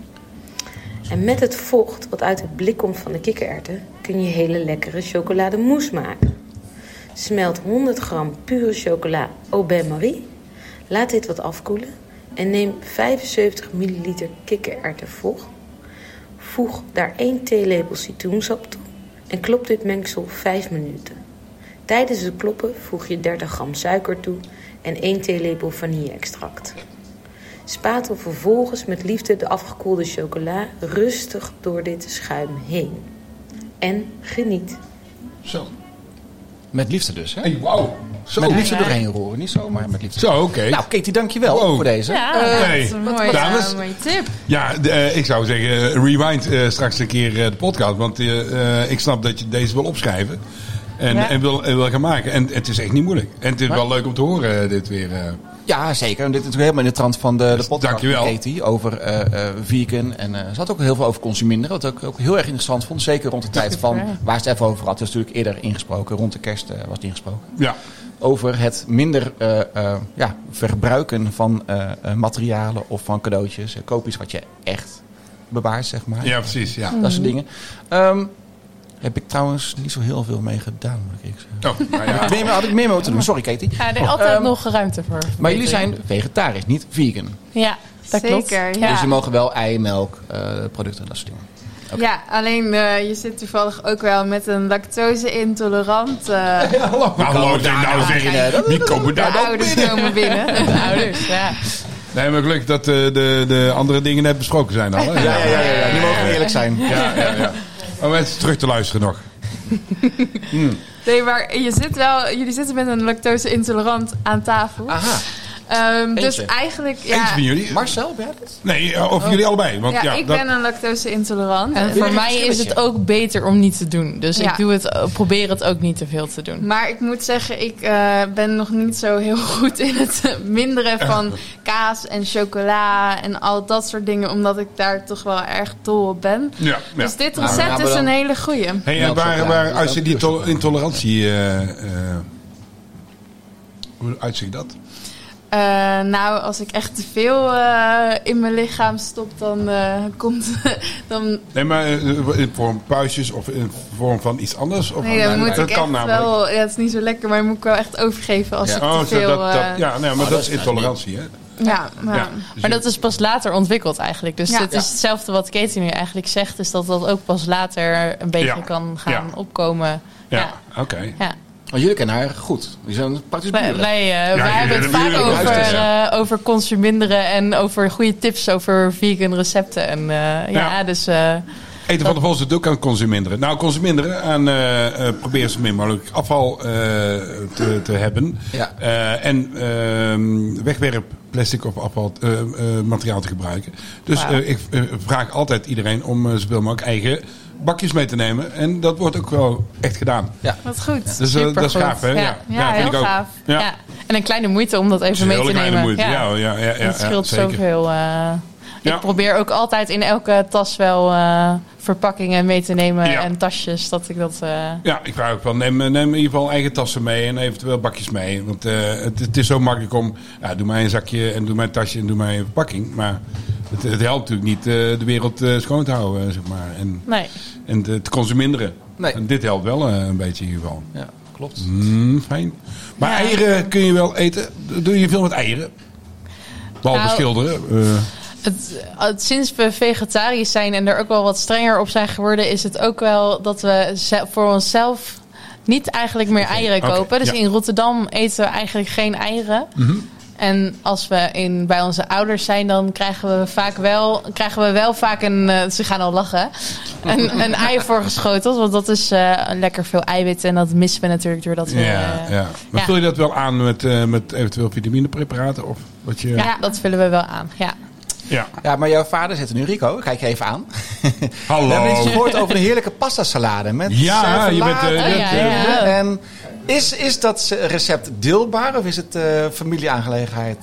En met het vocht wat uit het blik komt van de kikkererwten kun je hele lekkere chocolademousse maken. Smelt 100 gram pure chocola au bain-marie. Laat dit wat afkoelen en neem 75 milliliter kikkererwtenvocht. Voeg daar 1 theelepel citroensap toe en klop dit mengsel 5 minuten. Tijdens het kloppen voeg je 30 gram suiker toe en 1 theelepel vanille-extract. Spatel vervolgens met liefde de afgekoelde chocola rustig door dit schuim heen. En geniet. Zo. Met liefde dus, hè? Hey, wauw. Zo. Met liefde doorheen roeren, niet zomaar met liefde. Zo, oké. Nou, Katie, dankjewel Wow. voor deze. Ja, Hey. dat is een mooie Dames. mooie tip. Ja, ik zou zeggen, rewind straks een keer de podcast. Want ik snap dat je deze wil opschrijven. En wil gaan maken. En het is echt niet moeilijk. En het is wel leuk om te horen, dit weer. Ja, zeker. En dit is helemaal in de trant van de podcast dankjewel. van Katie over vegan. En ze had ook heel veel over consuminderen, wat ik ook heel erg interessant vond. Zeker rond de tijd van, waar ze het even over had. Dat is natuurlijk eerder ingesproken. Rond de kerst was het ingesproken. Ja. Over het minder verbruiken van materialen of van cadeautjes. Koop iets wat je echt bewaart, zeg maar. Ja, precies. Ja. Dat soort dingen. Heb ik trouwens niet zo heel veel mee gedaan, moet ik zeggen. Oh, nou ja. Had ik meer moeten doen. Sorry, Katie. Ja, er is altijd nog ruimte voor. Maar jullie zijn vegetarisch, niet vegan. Ja, dat klopt. Zeker, Ja. Dus je mogen wel ei, melk, producten en dat soort dingen. Okay. Ja, alleen je zit toevallig ook wel met een lactose-intolerant. Hallo, wie komen daar De dan ouders binnen? komen binnen. De ouders, ja. Nee, maar gelukkig dat de andere dingen net besproken zijn al. Hè? Ja. Die mogen eerlijk zijn. Ja. Om mensen terug te luisteren nog. Nee, maar jullie zitten met een lactose-intolerant aan tafel. Aha. Dus eigenlijk... Ja, Eentje van jullie? Marcel, ben jij dat? Nee, of jullie allebei. Want, ik ben een lactose-intolerant. En voor mij is het ook beter om niet te doen. Dus Ja. ik probeer het ook niet te veel te doen. Maar ik moet zeggen, ik ben nog niet zo heel goed in het minderen van kaas en chocola en al dat soort dingen. Omdat ik daar toch wel erg dol op ben. Ja. Dus dit recept is een hele goeie. Hey, en waar uitziet die intolerantie? Hoe uitziet dat? Nou, als ik echt te veel in mijn lichaam stop, dan komt... dan... Nee, maar in vorm puistjes of in vorm van iets anders? Of Nee, dan moet dat ik kan echt namelijk. wel... Ja, het is niet zo lekker, maar dan moet ik wel echt overgeven als ik te veel... maar dat is intolerantie, hè? Ja, Dus Maar dat is pas later ontwikkeld eigenlijk. Dus Ja. het is hetzelfde wat Katie nu eigenlijk zegt. Is dat dat ook pas later een beetje kan gaan opkomen. Ja, oké. Ja. Want jullie kennen haar goed. Die zijn praktisch buren. Wij hebben het vaak over consuminderen en over goede tips over vegan recepten. En dus... Eten van de Vos doet ook aan consuminderen. Nou, consuminderen aan proberen zo min mogelijk afval te hebben. Ja. En wegwerp plastic of afval materiaal te gebruiken. Dus ik vraag altijd iedereen om zoveel mogelijk eigen bakjes mee te nemen. En dat wordt ook wel echt gedaan. Ja. Wat goed. Dus dat is gaaf, hè? Ja, vind heel ik ook. gaaf. Ja. Ja. En een kleine moeite om dat even mee te nemen. Hele kleine moeite. Ja, Het scheelt zeker. zoveel. Ik probeer ook altijd in elke tas wel verpakkingen mee te nemen en tasjes. Dat ik dat... Ja, ik vraag ook wel, neem in ieder geval eigen tassen mee en eventueel bakjes mee. Want het is zo makkelijk om, doe mij een zakje en doe mij een tasje en doe mij een verpakking. Maar het helpt natuurlijk niet de wereld schoon te houden, zeg maar. En te consuminderen. Nee. En dit helpt wel een beetje in ieder geval. Ja, klopt. Fijn. Maar eieren kun je wel eten? Doe je veel met eieren? Behalve schilderen. Sinds we vegetarisch zijn en er ook wel wat strenger op zijn geworden, is het ook wel dat we voor onszelf niet eigenlijk meer eieren kopen. Dus in Rotterdam eten we eigenlijk geen eieren. Mm-hmm. En als we bij onze ouders zijn, dan krijgen we wel vaak ze gaan al lachen, een ei voorgeschoteld. Want dat is lekker veel eiwit en dat missen we natuurlijk doordat we... Maar vul je dat wel aan met eventueel vitaminepreparaten? Of wat je... Ja, dat vullen we wel aan, Ja, maar jouw vader zit er nu, Rico. Kijk je even aan. Hallo. We hebben iets gehoord over een heerlijke pastasalade. Met je bent... En is dat recept deelbaar of is het familieaangelegenheid?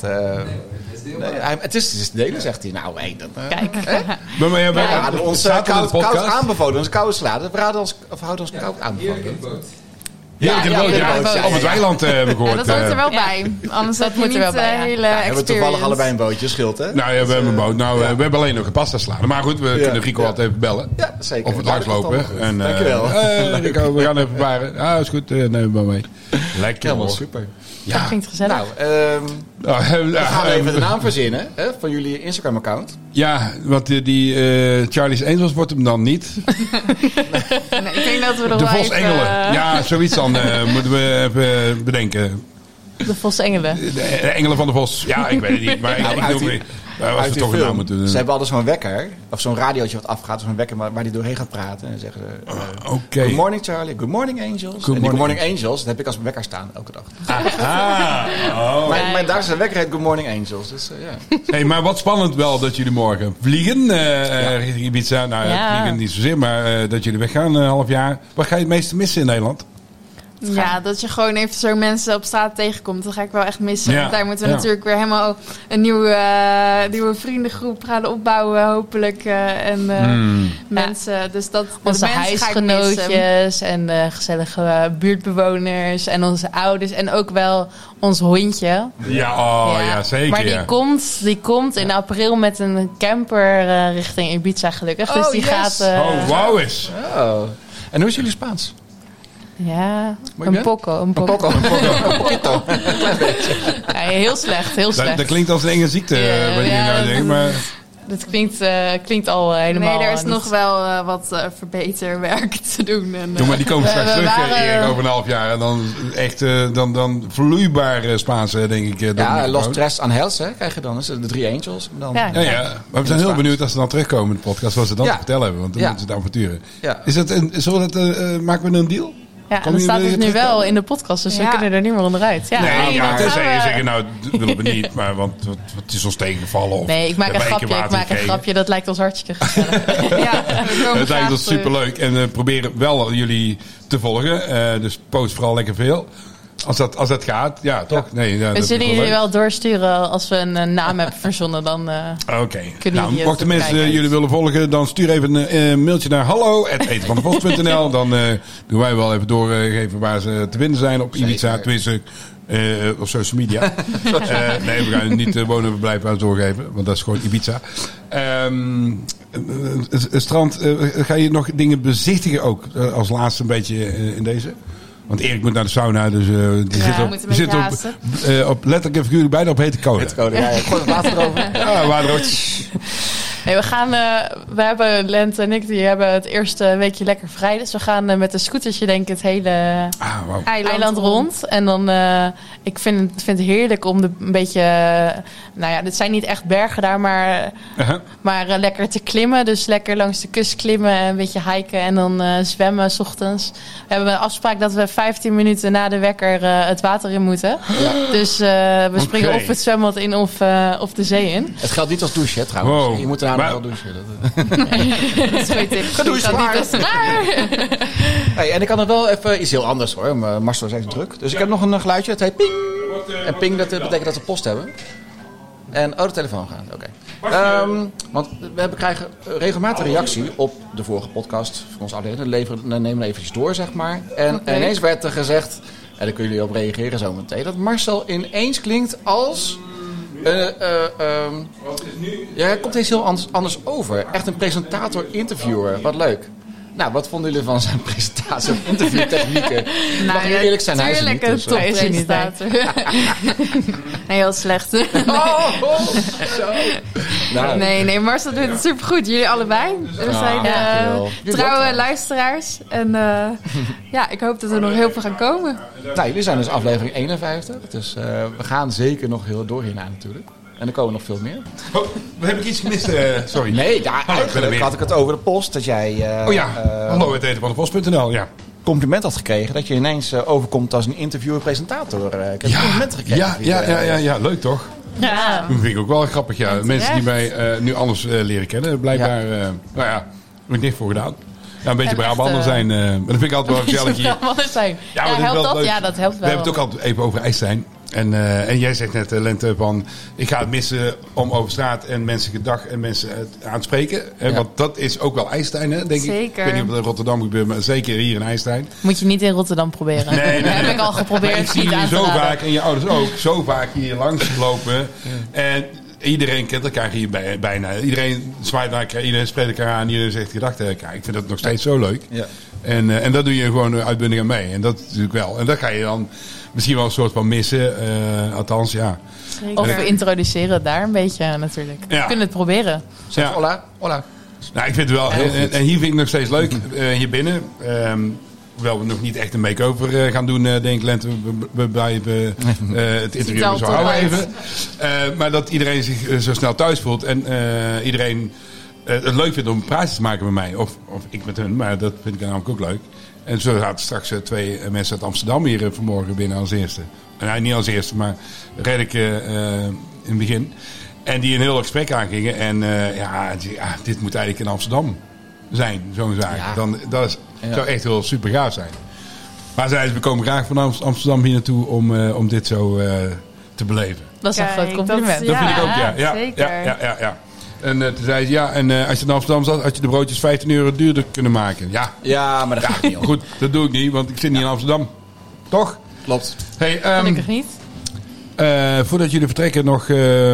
Het is delen, zegt hij. Nou, Kijk. We hadden ons koud aanbevolen. Onze koude salade. We houden ons koud aanbevolen. Op het weiland hebben we gehoord. Dat hoort er wel bij. Anders dat moet er wel bij. Hele we hebben toevallig allebei een bootje, scheelt hè? Nou ja, we hebben een boot. Nou, we hebben alleen nog een pasta slaan. Maar goed, we kunnen Rico altijd even bellen. Ja, zeker. Of het langslopen. Dankjewel. Rico, we gaan even varen. Is goed. Neem me maar mee. Lekker. Helemaal super. Dat klinkt gezellig. Nou, we gaan even de naam verzinnen van jullie Instagram-account. Ja, want die Charlie's Angels wordt hem dan niet. Nee, ik denk dat we de Vos Engelen. Ja, zoiets dan moeten we even bedenken. De Vos Engelen. De Engelen van de Vos. Ja, ik weet het niet. Maar ik doe mee. Als we toch een naam moeten doen. Ze hebben altijd zo'n wekker. Of zo'n radiootje wat afgaat. Zo'n wekker waar die doorheen gaat praten. En dan zeggen ze... Good morning Charlie. Good morning Angels. Good morning Angels. Dat heb ik als wekker staan elke dag. Maar daar is een wekker heet Good morning Angels. Dus Hey, maar wat spannend wel dat jullie morgen vliegen. Richting Ibiza. Nou, vliegen niet zozeer. Maar dat jullie weggaan een half jaar. Wat ga je het meeste missen in Nederland? Ja, dat je gewoon even zo mensen op straat tegenkomt. Dat ga ik wel echt missen. Ja. Want daar moeten we natuurlijk weer helemaal een nieuwe vriendengroep gaan opbouwen, hopelijk. Mensen. Dus dat Onze huisgenootjes en de gezellige buurtbewoners en onze ouders en ook wel ons hondje. Ja, zeker. Maar die komt in april met een camper richting Ibiza gelukkig. Dus die gaat... wauw eens. Oh. En hoe is jullie Spaans? Ja, een poco. Een poquito. Een klein beetje. Ja, heel slecht. Dat klinkt als een enge ziekte, wat je nou denkt, maar... Dat klinkt al helemaal... Nee, er is nog wel wat verbeterwerk te doen. En, Doe maar, die komen straks terug, Erik, over een half jaar. En dan echt dan vloeibaar Spaans, denk ik. Ja, Los Tres Angels, hè, krijg je dan. Dus de 3 Angels. Dan. Ja. Maar we zijn heel benieuwd als ze dan terugkomen in de podcast, wat ze dan te vertellen hebben. Want dan moeten ze het avonturen. Ja. Maken we een deal? Ja, en dan staat het nu wel in de podcast, dus we kunnen er niet meer onderuit. Ja. Nee, tenzij je zeggen, nou, dat willen we niet, maar want het is ons tegengevallen. Of nee, ik maak een grapje, dat lijkt ons hartstikke gezellig. Het lijkt ons superleuk en we proberen wel jullie te volgen, dus post vooral lekker veel. Als dat gaat, ja, toch? Ja. Nee, we zullen jullie wel doorsturen als we een naam hebben verzonnen. Dan kunnen jullie mochten mensen jullie willen volgen, dan stuur even een mailtje naar hallo@etenvandepost.nl. Dan doen wij wel even doorgeven waar ze te vinden zijn op Ibiza, Twitter of social media. Nee, we gaan niet wonen en blijven doorgeven, want dat is gewoon Ibiza. Strand, ga je nog dingen bezichtigen ook als laatste een beetje in deze? Want Erik moet naar de sauna, dus die zit op letterlijk en figuurlijk bijna op hete kolen. Gooi het water erover. Ja, water erover. Nee, we hebben, Lent en ik, die hebben het eerste weekje lekker vrij. Dus we gaan met een scootertje denk ik het hele eiland rond. En dan, ik vind het heerlijk om een beetje, nou ja, dit zijn niet echt bergen daar, maar lekker te klimmen. Dus lekker langs de kust klimmen en een beetje hiken en dan zwemmen 's ochtends. We hebben een afspraak dat we 15 minuten na de wekker het water in moeten. Ja. Dus we springen of het zwembad in of de zee in. Het geldt niet als douche, hè, trouwens. Wow. Je moet daarna wel douchen. Dat is goed. Gedoucht Hey, en ik kan er wel even iets heel anders hoor. Marcel is echt druk. Dus ik heb nog een geluidje. Het heet ping. En ping, dat betekent dat we post hebben. En de telefoon gaat. Oké. Want we krijgen regelmatig reactie op de vorige podcast van ons afdeling. Dan nemen we eventjes door, zeg maar. En ineens werd er gezegd, en daar kunnen jullie op reageren zo meteen, dat Marcel ineens klinkt als... hij komt eens heel anders over. Echt een presentator-interviewer. Wat leuk. Nou, wat vonden jullie van zijn presentatie of interviewtechnieken? Mag je eerlijk zijn, hij is er niet. Een toppresentator. Nee, heel slecht. Nee, Marcel doet het supergoed. Jullie allebei. We zijn trouwe luisteraars. En ik hoop dat er nog heel veel gaan komen. Nou, jullie zijn dus aflevering 51. Dus we gaan zeker nog heel door hierna natuurlijk. En er komen nog veel meer. Heb ik iets gemist? Sorry. Nee, eigenlijk had ik het over de post. Dat jij... hallo@etenvandepost.nl, ja. Compliment had gekregen dat je ineens overkomt als een interviewer-presentator. Ik heb complimenten gekregen. Ja, leuk toch? Ja. Dat vind ik ook wel grappig, ja. Mensen die mij nu anders leren kennen. Blijkbaar, heb ik niks voor gedaan. Ja, een beetje Brabander zijn. Maar dat vind ik altijd wel gezellig hier. Brabander zijn. Helpt dat? Ja, dat helpt wel. We hebben het ook altijd even over IJsselstein. En jij zegt net, Lente, van ik ga het missen om over straat en mensen gedag en mensen aan te spreken. Ja. Want dat is ook wel IJsselstein, hè, denk zeker. Ik weet niet of het in Rotterdam gebeurt, maar zeker hier in IJsselstein. Moet je niet in Rotterdam proberen. Nee. Dat heb ik al geprobeerd. Maar ik zie jullie zo vaak, en je ouders ook, zo vaak hier langs lopen. Ja. En iedereen kent elkaar hier bijna. Iedereen zwaait naar elkaar, iedereen spreekt elkaar aan, iedereen zegt gedachten. Ik vind dat nog steeds zo leuk. Ja. En dat doe je gewoon uitbundig aan mee. En dat natuurlijk wel. En dat ga je dan misschien wel een soort van missen. Althans, ja. Of we introduceren daar een beetje natuurlijk. Ja. We kunnen het proberen. Zeg hola. Nou, ik vind het wel. En hier vind ik het nog steeds leuk. Hier binnen. Hoewel we nog niet echt een make-over gaan doen, denk ik, Lente. We blijven het interview zo houden even. Maar dat iedereen zich zo snel thuis voelt. En iedereen het leuk vindt om praatjes te maken met mij. Of ik met hun. Maar dat vind ik namelijk ook leuk. En zo zaten straks 2 mensen uit Amsterdam hier vanmorgen binnen als eerste. Nou, niet als eerste, maar redelijk in het begin. En die een heel gesprek aangingen. En dit moet eigenlijk in Amsterdam zijn, zo'n zaak. Ja. Dat zou echt heel super gaaf zijn. Maar we komen graag van Amsterdam hier naartoe om dit zo te beleven. Dat is een groot compliment. Dat vind ik ook, ja. Zeker. Ja. En toen zei ze, als je in Amsterdam zat, had je de broodjes €15 duurder kunnen maken. Ja, maar dat gaat niet om. Goed, dat doe ik niet, want ik zit niet in Amsterdam. Toch? Klopt. Hey, Gelukkig niet. voordat jullie vertrekken nog...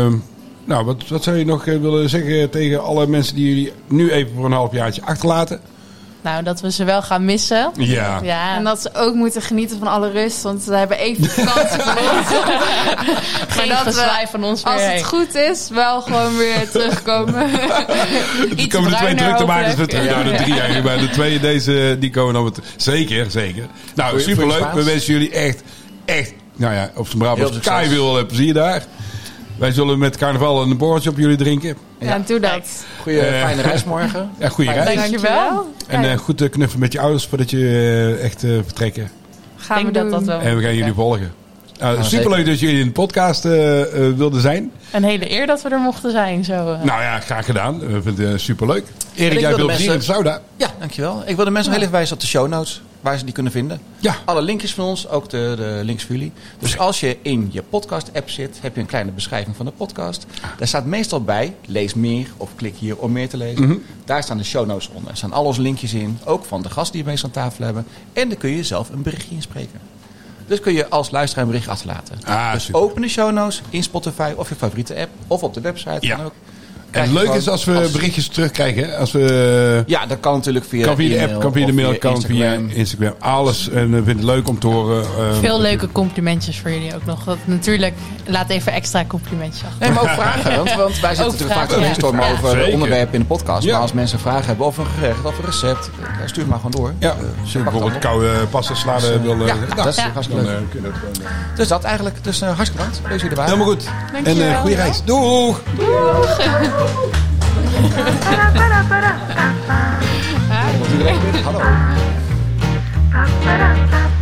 wat zou je nog willen zeggen tegen alle mensen die jullie nu even voor een halfjaartje achterlaten? Nou, dat we ze wel gaan missen. Ja. En dat ze ook moeten genieten van alle rust. Want ze hebben even vakantie van ons. Geen verzwaai van ons meer. Als het goed is, wel gewoon weer terugkomen. Die komen de 2 druktemakers weer terug. Nou, de 3 eigenlijk. Maar de 2 deze, die komen dan weer Zeker. Nou, superleuk. We wensen jullie echt, op zijn Brabants veel plezier daar. Wij zullen met carnaval een borreltje op jullie drinken. Ja, doe dat. Goeie, fijne reis morgen. Ja, goede reis. Dankjewel. En goed knuffelen met je ouders voordat je echt vertrekken. Gaan we doen. Dat wel. En we gaan jullie volgen. Superleuk dat jullie in de podcast wilden zijn. Een hele eer dat we er mochten zijn. Zo. Nou ja, graag gedaan. We vinden het superleuk. Erik, jij wil plezier in Sauda. Ja, dankjewel. Ik wil de mensen heel even wijzen op de show notes, waar ze die kunnen vinden. Ja. Alle linkjes van ons, ook de links voor jullie. Dus als je in je podcast-app zit, heb je een kleine beschrijving van de podcast. Daar staat meestal bij, lees meer of klik hier om meer te lezen. Mm-hmm. Daar staan de show notes onder. Er staan al onze linkjes in, ook van de gasten die we meestal aan tafel hebben. En dan kun je zelf een berichtje inspreken. Dus kun je als luisteraar een bericht achterlaten. Dus super. open de show notes in Spotify of je favoriete app of op de website. Ja. Dan ook. En leuk is als we berichtjes terugkrijgen. Als we... Ja, dat kan natuurlijk via de e-mail, app, kan via de mail, kan via Instagram. Alles. En we vinden het leuk om te horen. Veel leuke complimentjes voor jullie ook nog. Dat, natuurlijk, laat even extra complimentjes achter. Nee, maar ook vragen. Want wij zitten natuurlijk vaak te brainstormen over onderwerpen in de podcast. Ja. Maar als mensen vragen hebben over een gerecht of een recept, stuur maar gewoon door. Ja, als je bijvoorbeeld koude pasta salade wil... dat is hartstikke leuk. kunnen we het gewoon... Dus dat eigenlijk. Dus hartstikke bedankt. Leuk jullie er waren. Helemaal goed. Dankjewel. En goede reis. Doeg! Hallo.